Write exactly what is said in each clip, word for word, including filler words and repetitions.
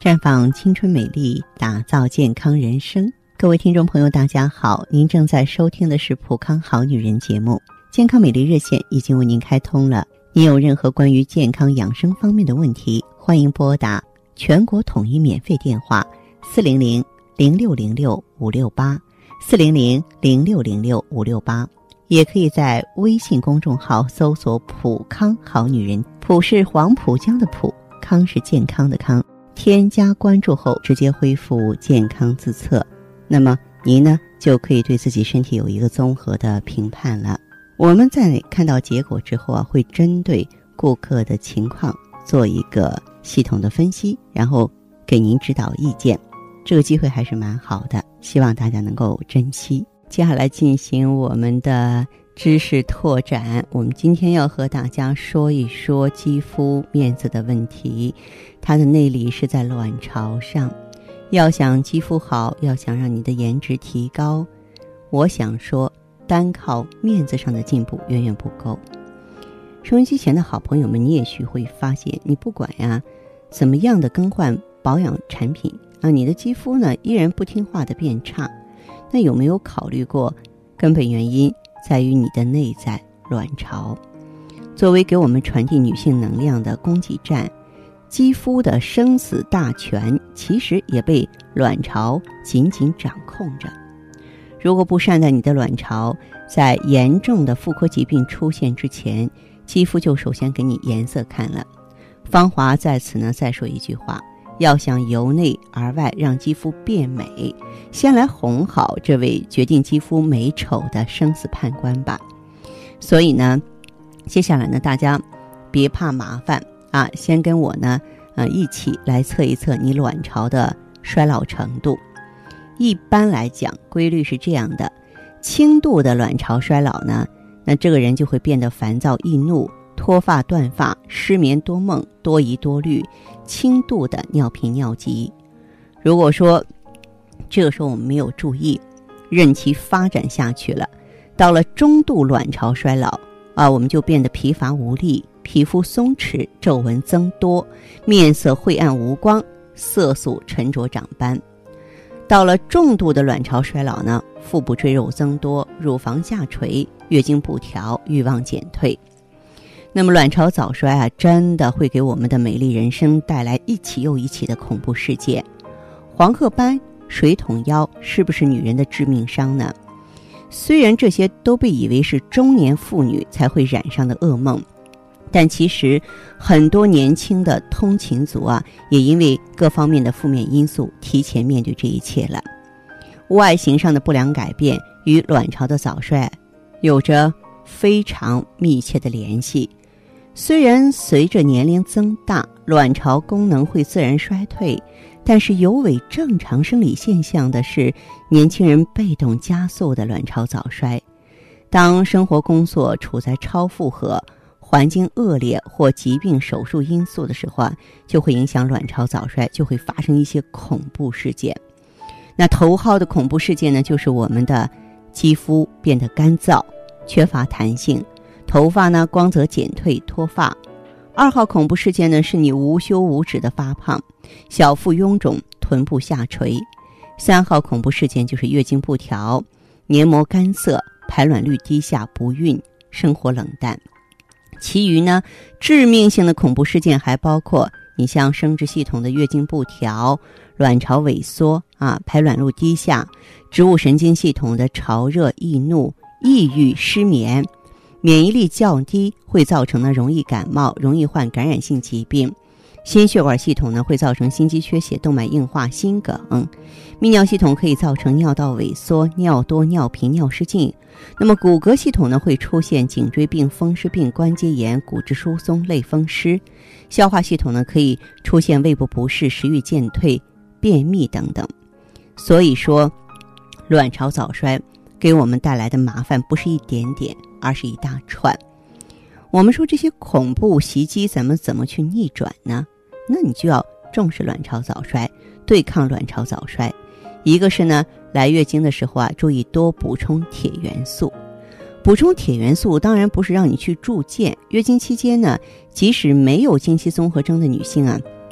绽放青春美丽，打造健康人生。各位听众朋友大家好，您正在收听的是普康好女人节目。健康美丽热线已经为您开通了，您有任何关于健康养生方面的问题，欢迎拨打全国统一免费电话四零零零六零六五六八 四零零零六零六五六八，也可以在微信公众号搜索普康好女人，普是黄浦江的浦，康是健康的康，添加关注后直接恢复健康自测，那么您呢就可以对自己身体有一个综合的评判了。我们在看到结果之后啊，会针对顾客的情况做一个系统的分析，然后给您指导意见。这个机会还是蛮好的，希望大家能够珍惜。接下来进行我们的知识拓展，我们今天要和大家说一说肌肤面子的问题，它的内里是在卵巢上。要想肌肤好，要想让你的颜值提高，我想说单靠面子上的进步远远不够。收音机前的好朋友们，你也许会发现，你不管呀怎么样的更换保养产品啊，你的肌肤呢依然不听话的变差。那有没有考虑过根本原因在于你的内在卵巢？作为给我们传递女性能量的供给站，肌肤的生死大权其实也被卵巢紧紧掌控着。如果不善待你的卵巢，在严重的妇科疾病出现之前，肌肤就首先给你颜色看了。芳华在此呢再说一句话，要想由内而外让肌肤变美，先来哄好这位决定肌肤美丑的生死判官吧。所以呢，接下来呢，大家别怕麻烦啊，先跟我呢，呃，一起来测一测你卵巢的衰老程度。一般来讲，规律是这样的：轻度的卵巢衰老呢，那这个人就会变得烦躁易怒、脱发断发、失眠多梦、多疑多虑，轻度的尿频尿急。如果说这个时候我们没有注意，任其发展下去了，到了中度卵巢衰老啊，我们就变得疲乏无力，皮肤松弛，皱纹增多，面色晦暗无光，色素沉着长斑。到了重度的卵巢衰老呢，腹部赘肉增多，乳房下垂，月经不调，欲望减退。那么卵巢早衰啊，真的会给我们的美丽人生带来一起又一起的恐怖事件。黄褐斑、水桶腰是不是女人的致命伤呢？虽然这些都被以为是中年妇女才会染上的噩梦，但其实很多年轻的通勤族啊，也因为各方面的负面因素提前面对这一切了。外形上的不良改变与卵巢的早衰有着非常密切的联系。虽然随着年龄增大，卵巢功能会自然衰退，但是尤为正常生理现象的是年轻人被动加速的卵巢早衰。当生活工作处在超负荷、环境恶劣或疾病手术因素的时候啊，就会影响卵巢早衰，就会发生一些恐怖事件。那头号的恐怖事件呢，就是我们的肌肤变得干燥、缺乏弹性，头发呢光泽减退、脱发。二号恐怖事件呢，是你无休无止的发胖，小腹臃肿，臀部下垂。三号恐怖事件就是月经不调，黏膜干涩，排卵率低下，不孕，生活冷淡。其余呢，致命性的恐怖事件还包括你像生殖系统的月经不调、卵巢萎缩啊、排卵率低下、植物神经系统的潮热易怒、抑郁失眠，免疫力较低会造成呢容易感冒，容易患感染性疾病。心血管系统呢会造成心肌缺血、动脉硬化、心梗。泌尿系统可以造成尿道萎缩、尿多、尿频、尿失禁。那么骨骼系统呢会出现颈椎病、风湿病、关节炎、骨质疏松、类风湿。消化系统呢可以出现胃部不适、食欲渐退、便秘等等。所以说卵巢早衰给我们带来的麻烦不是一点点，而是一大串。我们说这些恐怖袭击咱们怎么去逆转呢？那你就要重视卵巢早衰，对抗卵巢早衰。一个是呢，来月经的时候啊，注意多补充铁元素。补充铁元素当然不是让你去铸剑，月经期间呢，即使没有经期综合征的女性啊，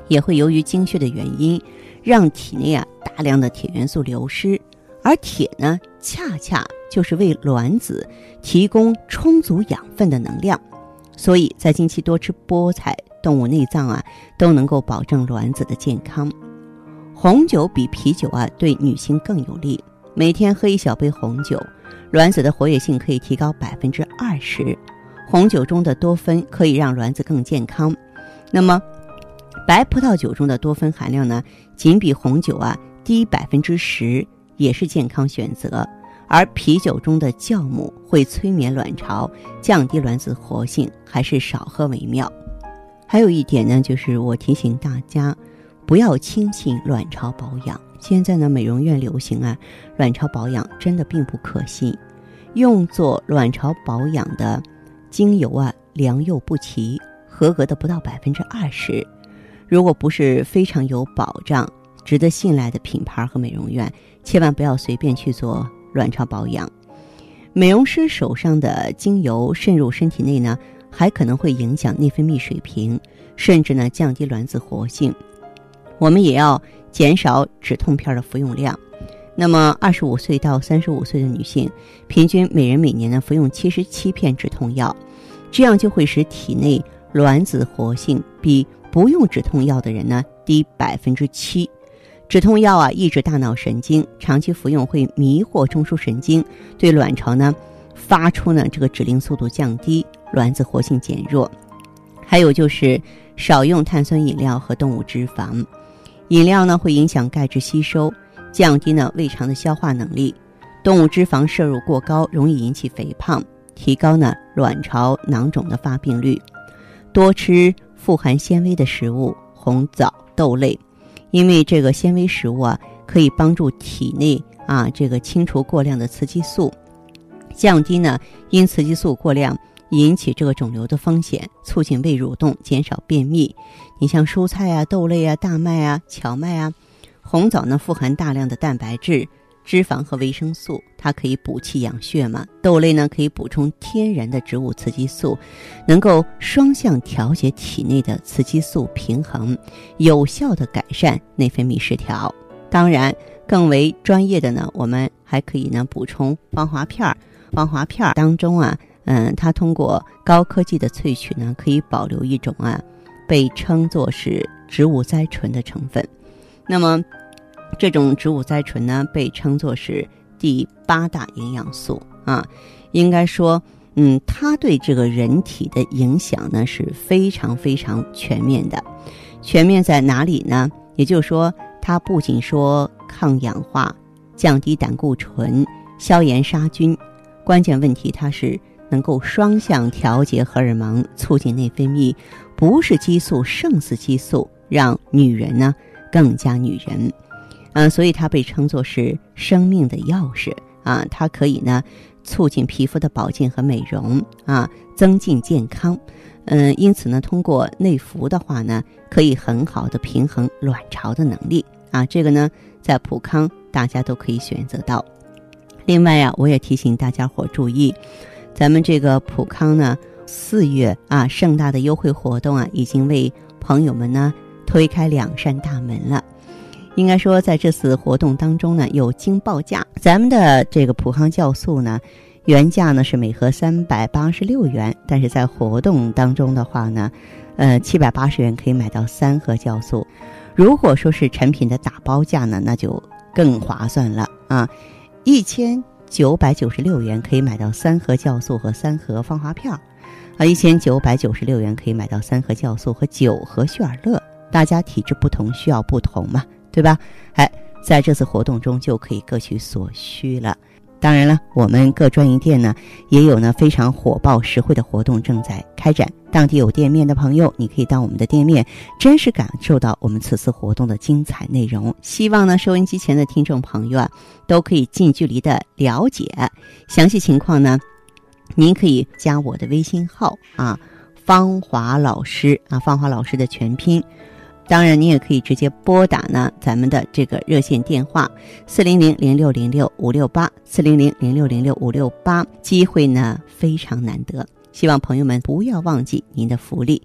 也会由于经血的原因，让体内啊大量的铁元素流失，而铁呢，恰恰就是为卵子提供充足养分的能量，所以在经期多吃菠菜、动物内脏啊，都能够保证卵子的健康。红酒比啤酒啊对女性更有利，每天喝一小杯红酒，卵子的活跃性可以提高百分之二十。红酒中的多酚可以让卵子更健康。那么，白葡萄酒中的多酚含量呢，仅比红酒啊低百分之十，也是健康选择。而啤酒中的酵母会催眠卵巢，降低卵子活性，还是少喝为妙。还有一点呢，就是我提醒大家，不要轻信卵巢保养。现在呢，美容院流行啊，卵巢保养真的并不可信。用作卵巢保养的精油啊，良莠不齐，合格的不到百分之二十。如果不是非常有保障、值得信赖的品牌和美容院，千万不要随便去做卵巢保养。美容师手上的精油渗入身体内呢，还可能会影响内分泌水平，甚至呢降低卵子活性。我们也要减少止痛片的服用量。那么二十五岁到三十五岁的女性，平均每人每年呢服用七十七片止痛药，这样就会使体内卵子活性比不用止痛药的人呢低百分之七。止痛药啊抑制大脑神经，长期服用会迷惑中枢神经，对卵巢呢发出呢这个指令速度降低，卵子活性减弱。还有就是少用碳酸饮料和动物脂肪，饮料呢会影响钙质吸收，降低呢胃肠的消化能力。动物脂肪摄入过高容易引起肥胖，提高呢卵巢囊肿的发病率。多吃富含纤维的食物，红枣、豆类，因为这个纤维食物啊可以帮助体内啊这个清除过量的雌激素，降低呢因雌激素过量引起这个肿瘤的风险，促进胃蠕动，减少便秘。你像蔬菜啊、豆类啊、大麦啊、荞麦啊，红枣呢富含大量的蛋白质、脂肪和维生素，它可以补气养血嘛。豆类呢可以补充天然的植物雌激素，能够双向调节体内的雌激素平衡，有效的改善内分泌失调。当然，更为专业的呢，我们还可以呢补充芳华片。芳华片当中啊，嗯，它通过高科技的萃取呢，可以保留一种啊被称作是植物甾醇的成分。那么这种植物甾醇呢，被称作是第八大营养素啊。应该说，嗯，它对这个人体的影响呢是非常非常全面的。全面在哪里呢？也就是说，它不仅说抗氧化、降低胆固醇、消炎杀菌，关键问题它是能够双向调节荷尔蒙，促进内分泌，不是激素胜似激素，让女人呢更加女人。嗯，所以它被称作是生命的钥匙啊，它可以呢促进皮肤的保健和美容啊，增进健康。嗯，因此呢，通过内服的话呢，可以很好的平衡卵巢的能力啊。这个呢，在普康大家都可以选择到。另外呀、啊，我也提醒大家伙注意，咱们这个普康呢，四月啊盛大的优惠活动啊，已经为朋友们呢推开两扇大门了。应该说，在这次活动当中呢，有惊报价。咱们的这个普康酵素呢，原价呢是每盒三百八十六元，但是在活动当中的话呢，呃，七百八十元可以买到三盒酵素。如果说是产品的打包价呢，那就更划算了啊，一千九百九十六元可以买到三盒酵素和三盒芳华片，啊，一千九百九十六元可以买到三盒酵素和九盒旭尔乐。大家体质不同，需要不同嘛。对吧？哎，在这次活动中就可以各取所需了。当然了，我们各专营店呢也有呢非常火爆实惠的活动正在开展。当地有店面的朋友，你可以到我们的店面，真实感受到我们此次活动的精彩内容。希望呢，收音机前的听众朋友啊，都可以近距离的了解详细情况呢。您可以加我的微信号啊，芳华老师啊，芳华老师的全拼。当然，你也可以直接拨打呢咱们的这个热线电话四零零零六零六五六八四零零零六零六五六八，机会呢非常难得，希望朋友们不要忘记您的福利。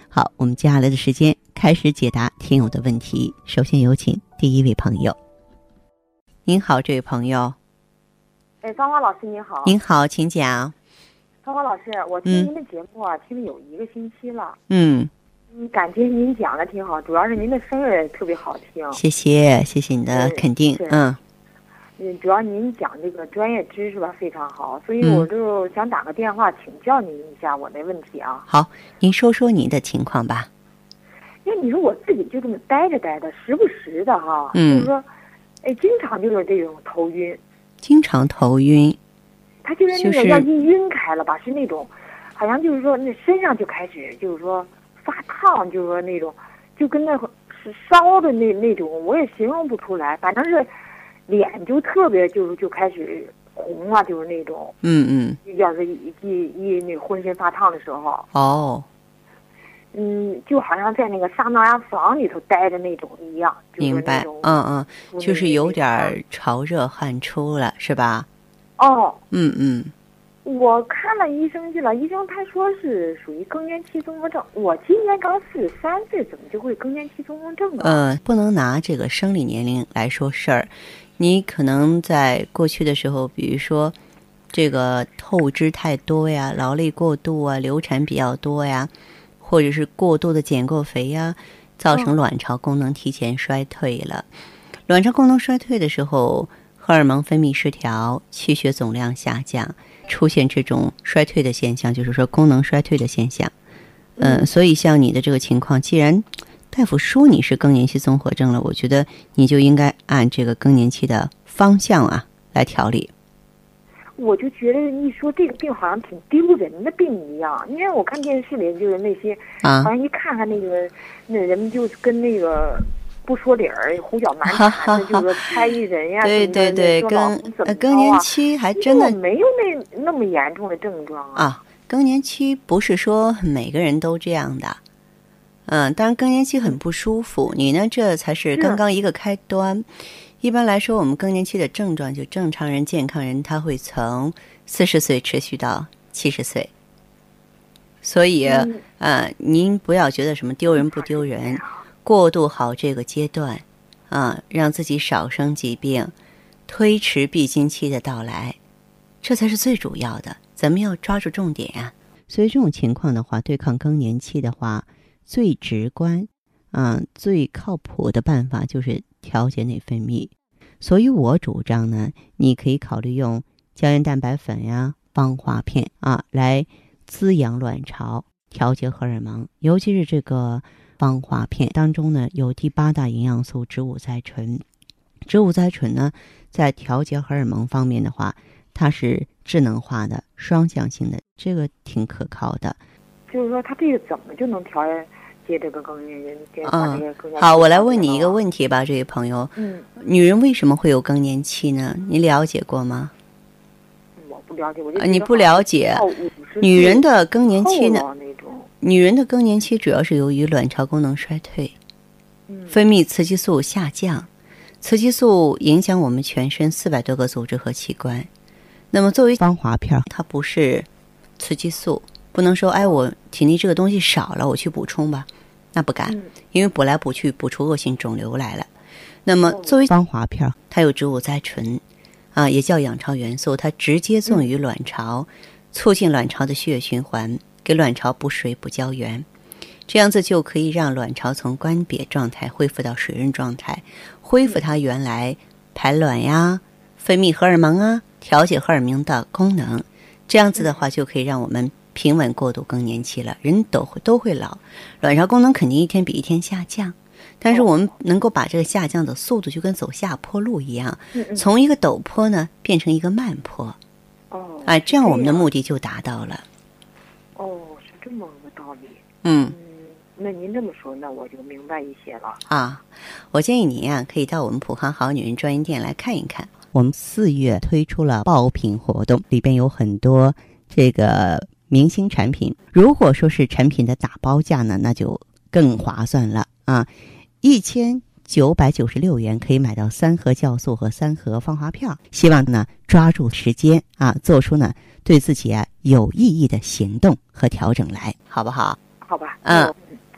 好，我们接下来的时间开始解答听友的问题。首先有请第一位朋友。您好，这位朋友。 哎，芳华老师您好。 您好，请讲。 芳华老师，我听您的节目啊，嗯、听了有一个星期了。 嗯。 嗯，感觉您讲的挺好，主要是您的声音也特别好听。 谢谢，谢谢你的肯定。嗯。 嗯，主要您讲这个专业知识吧非常好，所以我就想打个电话请教您一下我的问题啊。 好，您说说您的情况吧。 因为你说我自己就这么待着待着，时不时的哈， 嗯， 就是说，哎，经常就是这种头晕。 经常头晕。 他就是那个要一晕开了吧，是那种，好像就是说那身上就开始就是说发烫，就是说那种，就跟那是烧的那那种，我也形容不出来，反正是。脸就特别就是就开始红啊，就是那种， 嗯嗯， 要是一一一那浑身发烫的时候， 哦， 嗯，就好像在那个桑拿房里头待着那种一样， 明白， 就是、 嗯嗯，就是有点潮热汗出了，是吧？ 哦， 嗯嗯， 我看了医生去了，医生他说是属于更年期综合症。我今年刚四十三岁，怎么就会更年期综合症呢？ 呃，不能拿这个生理年龄来说事儿。你可能在过去的时候，比如说这个透支太多呀，劳累过度啊，流产比较多呀，或者是过度的减过肥呀，造成卵巢功能提前衰退了。嗯、卵巢功能衰退的时候，荷尔蒙分泌失调，气血总量下降，出现这种衰退的现象，就是说功能衰退的现象。嗯、呃，所以像你的这个情况，既然大夫说你是更年期综合症了，我觉得你就应该按这个更年期的方向啊来调理。 我就觉得一说这个病好像挺丢人的病一样，因为我看电视里就是那些，啊、好像一看看那个那人们就跟那个不说理儿、胡搅蛮缠的，就是说猜疑人呀， 对对对， 跟呃更年期还真的没有那那么严重的症状啊。 啊，更年期不是说每个人都这样的。嗯，当然更年期很不舒服，你呢这才是刚刚一个开端。一般来说，我们更年期的症状，就正常人、健康人，他会从四十岁持续到七十岁。所以，嗯、呃，您不要觉得什么丢人不丢人，过渡好这个阶段，啊，让自己少生疾病，推迟必经期的到来，这才是最主要的。咱们要抓住重点啊！所以这种情况的话，对抗更年期的话，最直观，啊、嗯，最靠谱的办法就是调节内分泌。所以我主张呢，你可以考虑用胶原蛋白粉呀、芳华片啊，来滋养卵巢，调节荷尔蒙。尤其是这个芳华片当中呢，有第八大营养素植物甾醇。植物甾醇呢，在调节荷尔蒙方面的话，它是智能化的、双向性的，这个挺可靠的。 就是说，它这个怎么就能调节这个更年期？ 嗯，好，我来问你一个问题吧，这位朋友。嗯，女人为什么会有更年期呢？你了解过吗？ 我不了解，我就你不了解。女人的更年期呢？女人的更年期主要是由于卵巢功能衰退，嗯、分泌雌激素下降，雌激素影响我们全身四百多个组织和器官。那么作为芳华片，它不是雌激素。不能说，哎，我体内这个东西少了，我去补充吧，那不敢，因为补来补去，补出恶性肿瘤来了。那么，作为芳华片，它有植物甾醇，啊，也叫养巢元素，它直接作用于卵巢，促进卵巢的血液循环，给卵巢补水补胶原，这样子就可以让卵巢从关瘪状态恢复到水润状态，恢复它原来排卵呀、分泌荷尔蒙啊、调节荷尔蒙的功能。这样子的话，就可以让我们平稳过渡更年期了。人都会都会老，卵巢功能肯定一天比一天下降，但是我们能够把这个下降的速度就跟走下坡路一样，从一个陡坡呢变成一个慢坡。哦，啊，这样我们的目的就达到了。 哦，是这么个道理。 嗯。 那您这么说，那我就明白一些了啊！我建议您啊，可以到我们普康好女人专营店来看一看。我们四月推出了爆品活动，里边有很多这个明星产品。如果说是产品的打包价呢，那就更划算了啊！一千九百九十六元可以买到三盒酵素和三盒芳华片。希望呢抓住时间啊，做出呢对自己啊有意义的行动和调整来，好不好？ 好吧， 嗯。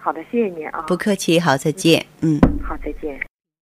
好的，谢谢您啊。 不客气，好，再见。嗯， 好，再见。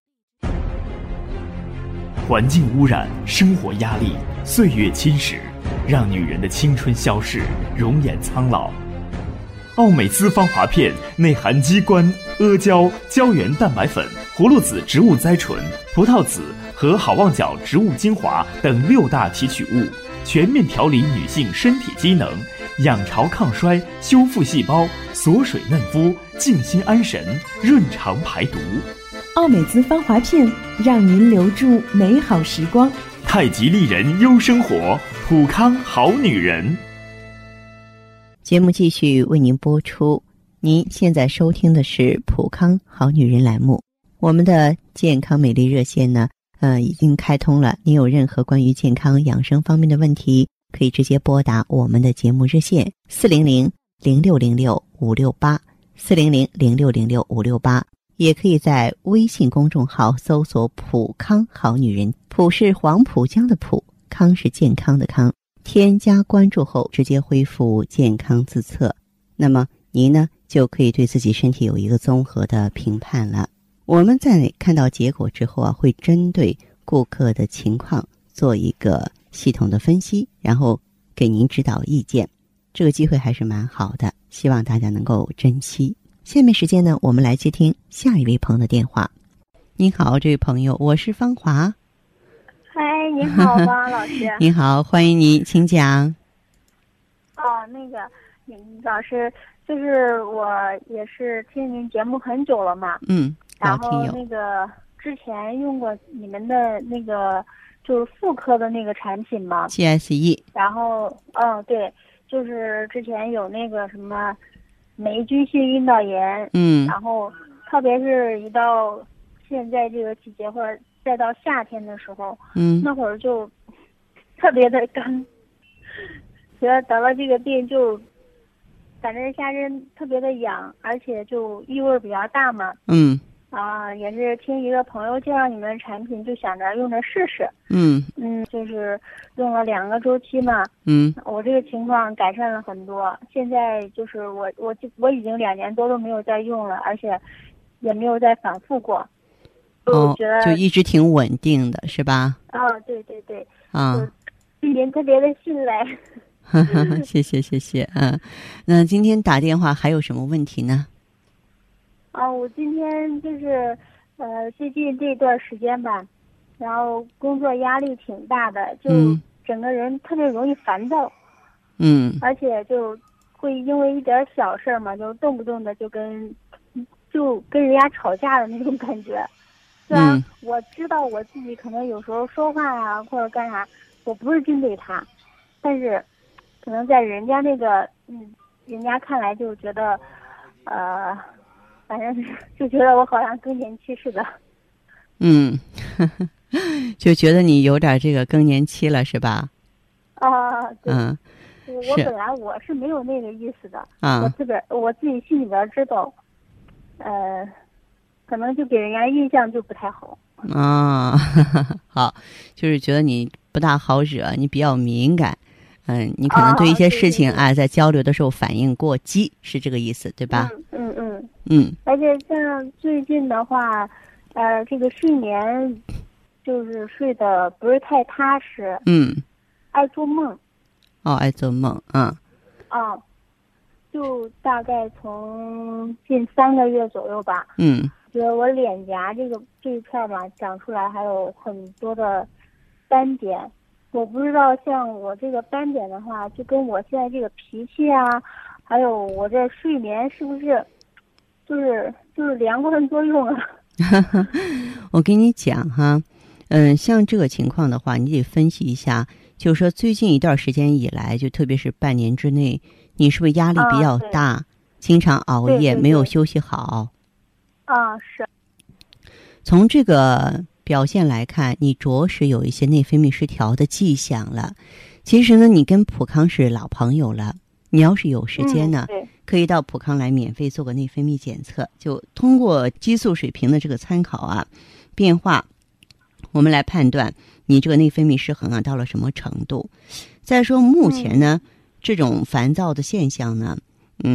环境污染、生活压力、岁月侵蚀，让女人的青春消逝，容颜苍老。奥美姿芳华片内含鸡冠、阿胶、胶原蛋白粉、葫芦籽植物甾醇、葡萄籽和好望角植物精华等六大提取物，全面调理女性身体机能，养巢抗衰，修复细胞，锁水嫩肤，静心安神，润肠排毒。 奥美姿芳华片，让您留住美好时光。 太极丽人优生活，普康好女人。 节目继续为您播出。您现在收听的是普康好女人栏目。我们的健康美丽热线呢，呃，已经开通了。您有任何关于健康养生方面的问题，可以直接拨打我们的节目热线四零零零六零六五六八四零零零六零六五六八，也可以在微信公众号搜索普康好女人，普是黄浦江的浦，康是健康的康。添加关注后直接恢复健康自测，那么您呢就可以对自己身体有一个综合的评判了。我们在看到结果之后啊，会针对顾客的情况做一个系统的分析，然后给您指导意见。这个机会还是蛮好的，希望大家能够珍惜。下面时间呢，我们来接听下一位朋友的电话。您好，这位朋友，我是芳华。 嗨，你好，方老师。 你好，欢迎您，请讲。 哦，那个，老师，就是我也是听您节目很久了嘛。 嗯， 然后那个之前用过你们的那个就是妇科的那个产品嘛 ，G S E。 然后，嗯，对，就是之前有那个什么霉菌性阴道炎。 嗯。 然后，特别是一到现在这个季节或者再到夏天的时候， 嗯， 那会儿就特别的干，觉得得了这个病就反正下身特别的痒，而且就异味比较大嘛。 嗯。 啊，也是听一个朋友介绍你们的产品，就想着用着试试。 嗯嗯，就是用了两个周期嘛。 嗯， 我这个情况改善了很多。现在就是我我我已经两年多都没有再用了，而且也没有再反复过。 哦，就一直挺稳定的，是吧？ 哦，对对对。 啊， 对您特别的信赖。 谢谢谢谢，嗯，那今天打电话还有什么问题呢？ 啊，我今天就是呃最近这段时间吧，然后工作压力挺大的，就整个人特别容易烦躁。 嗯。 而且就会因为一点小事嘛，就动不动的就跟就跟人家吵架的那种感觉。虽然我知道我自己可能有时候说话呀、啊、或者干啥，我不是针对他，但是可能在人家那个嗯，人家看来就觉得，呃，反正就觉得我好像更年期似的。 嗯，呵呵，就觉得你有点这个更年期了，是吧？ 啊，对。 嗯， 我本来我是没有那个意思的， 啊， 我自个儿我自己心里边知道，呃。可能就给人家印象就不太好啊，好，就是觉得你不大好惹，你比较敏感，嗯，你可能对一些事情啊， 啊在交流的时候反应过激，是这个意思，对吧？ 嗯嗯嗯。 嗯。 而且像最近的话，呃，这个睡眠就是睡得不是太踏实。 嗯。 爱做梦。 哦，爱做梦，嗯。 啊，就大概从近三个月左右吧。 嗯。 觉得我脸颊这个这一块嘛，长出来还有很多的斑点。我不知道像我这个斑点的话，就跟我现在这个脾气啊，还有我这睡眠是不是，就是就是连贯作用啊？ 我跟你讲哈，嗯，像这个情况的话，你得分析一下，就是说最近一段时间以来，就特别是半年之内，你是不是压力比较大， 啊、 经常熬夜， 对对对， 没有休息好？ 啊，是。 从这个表现来看，你着实有一些内分泌失调的迹象了。其实呢，你跟普康是老朋友了，你要是有时间呢， 嗯、 可以到普康来免费做个内分泌检测，就通过激素水平的这个参考啊变化，我们来判断你这个内分泌失衡啊到了什么程度。再说目前呢， 嗯、 这种烦躁的现象呢，嗯。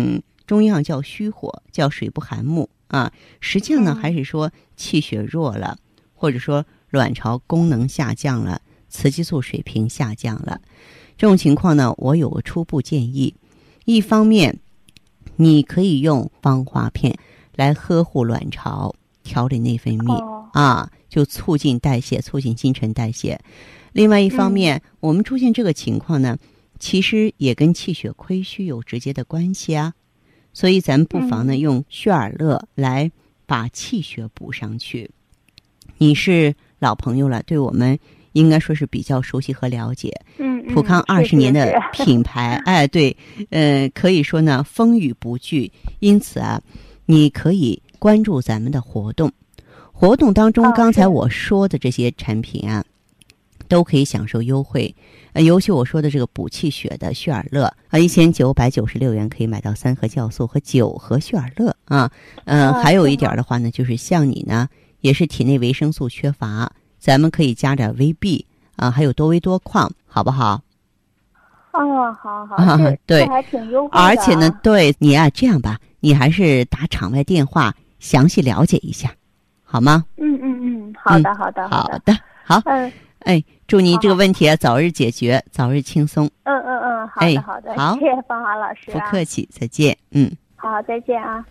中药叫虚火，叫水不含木啊。实际上呢，还是说气血弱了，或者说卵巢功能下降了，雌激素水平下降了。这种情况呢，我有个初步建议。一方面，你可以用芳华片来呵护卵巢，调理内分泌、哦、啊，就促进代谢，促进新陈代谢。另外一方面、嗯、我们出现这个情况呢，其实也跟气血亏虚有直接的关系啊。所以咱们不妨呢、嗯、用血尔乐来把气血补上去。你是老朋友了，对我们应该说是比较熟悉和了解。 嗯， 普康二十年的品牌，哎，对，呃，可以说呢风雨不惧。因此啊，你可以关注咱们的活动，活动当中，刚才我说的这些产品啊，都可以享受优惠。呃，尤其我说的这个补气血的血尔乐啊，一千九百九十六元可以买到三盒酵素和九盒血尔乐啊。嗯、呃，还有一点的话呢，就是像你呢，也是体内维生素缺乏，咱们可以加点 V B 啊，还有多维多矿，好不好？ 哦，好好， 啊，对， 还挺优惠的。 而且呢，对你啊，这样吧，你还是打场外电话详细了解一下，好吗？ 嗯嗯嗯，好的好的好的，好，嗯，哎，祝你这个问题啊早日解决，早日轻松。 嗯嗯嗯，好的好的， 好， 谢谢芳华老师、啊， 不客气，再见。嗯， 好，再见啊。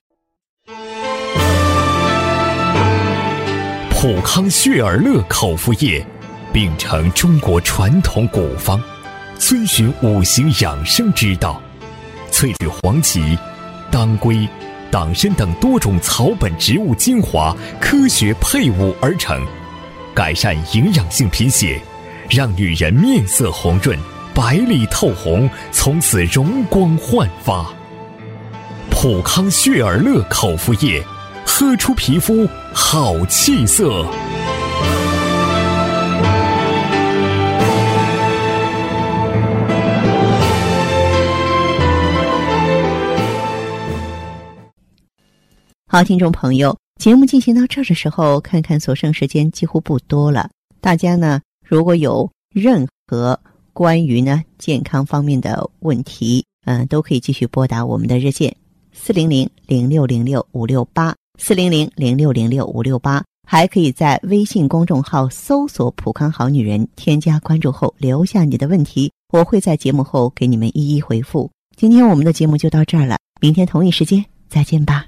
普康血尔乐口服液，秉承中国传统古方，遵循五行养生之道，萃取黄芪、当归、党参等多种草本植物精华科学配伍而成，改善营养性贫血，让女人面色红润，白里透红，从此容光焕发。普康血尔乐口服液，喝出皮肤好气色。 好，听众朋友，节目进行到这儿的时候，看看所剩时间几乎不多了。大家呢，如果有任何关于呢健康方面的问题，嗯、呃，都可以继续拨打我们的热线四零零零六零六五六八四零零零六零六五六八，还可以在微信公众号搜索“普康好女人”，添加关注后留下你的问题，我会在节目后给你们一一回复。今天我们的节目就到这儿了，明天同一时间再见吧。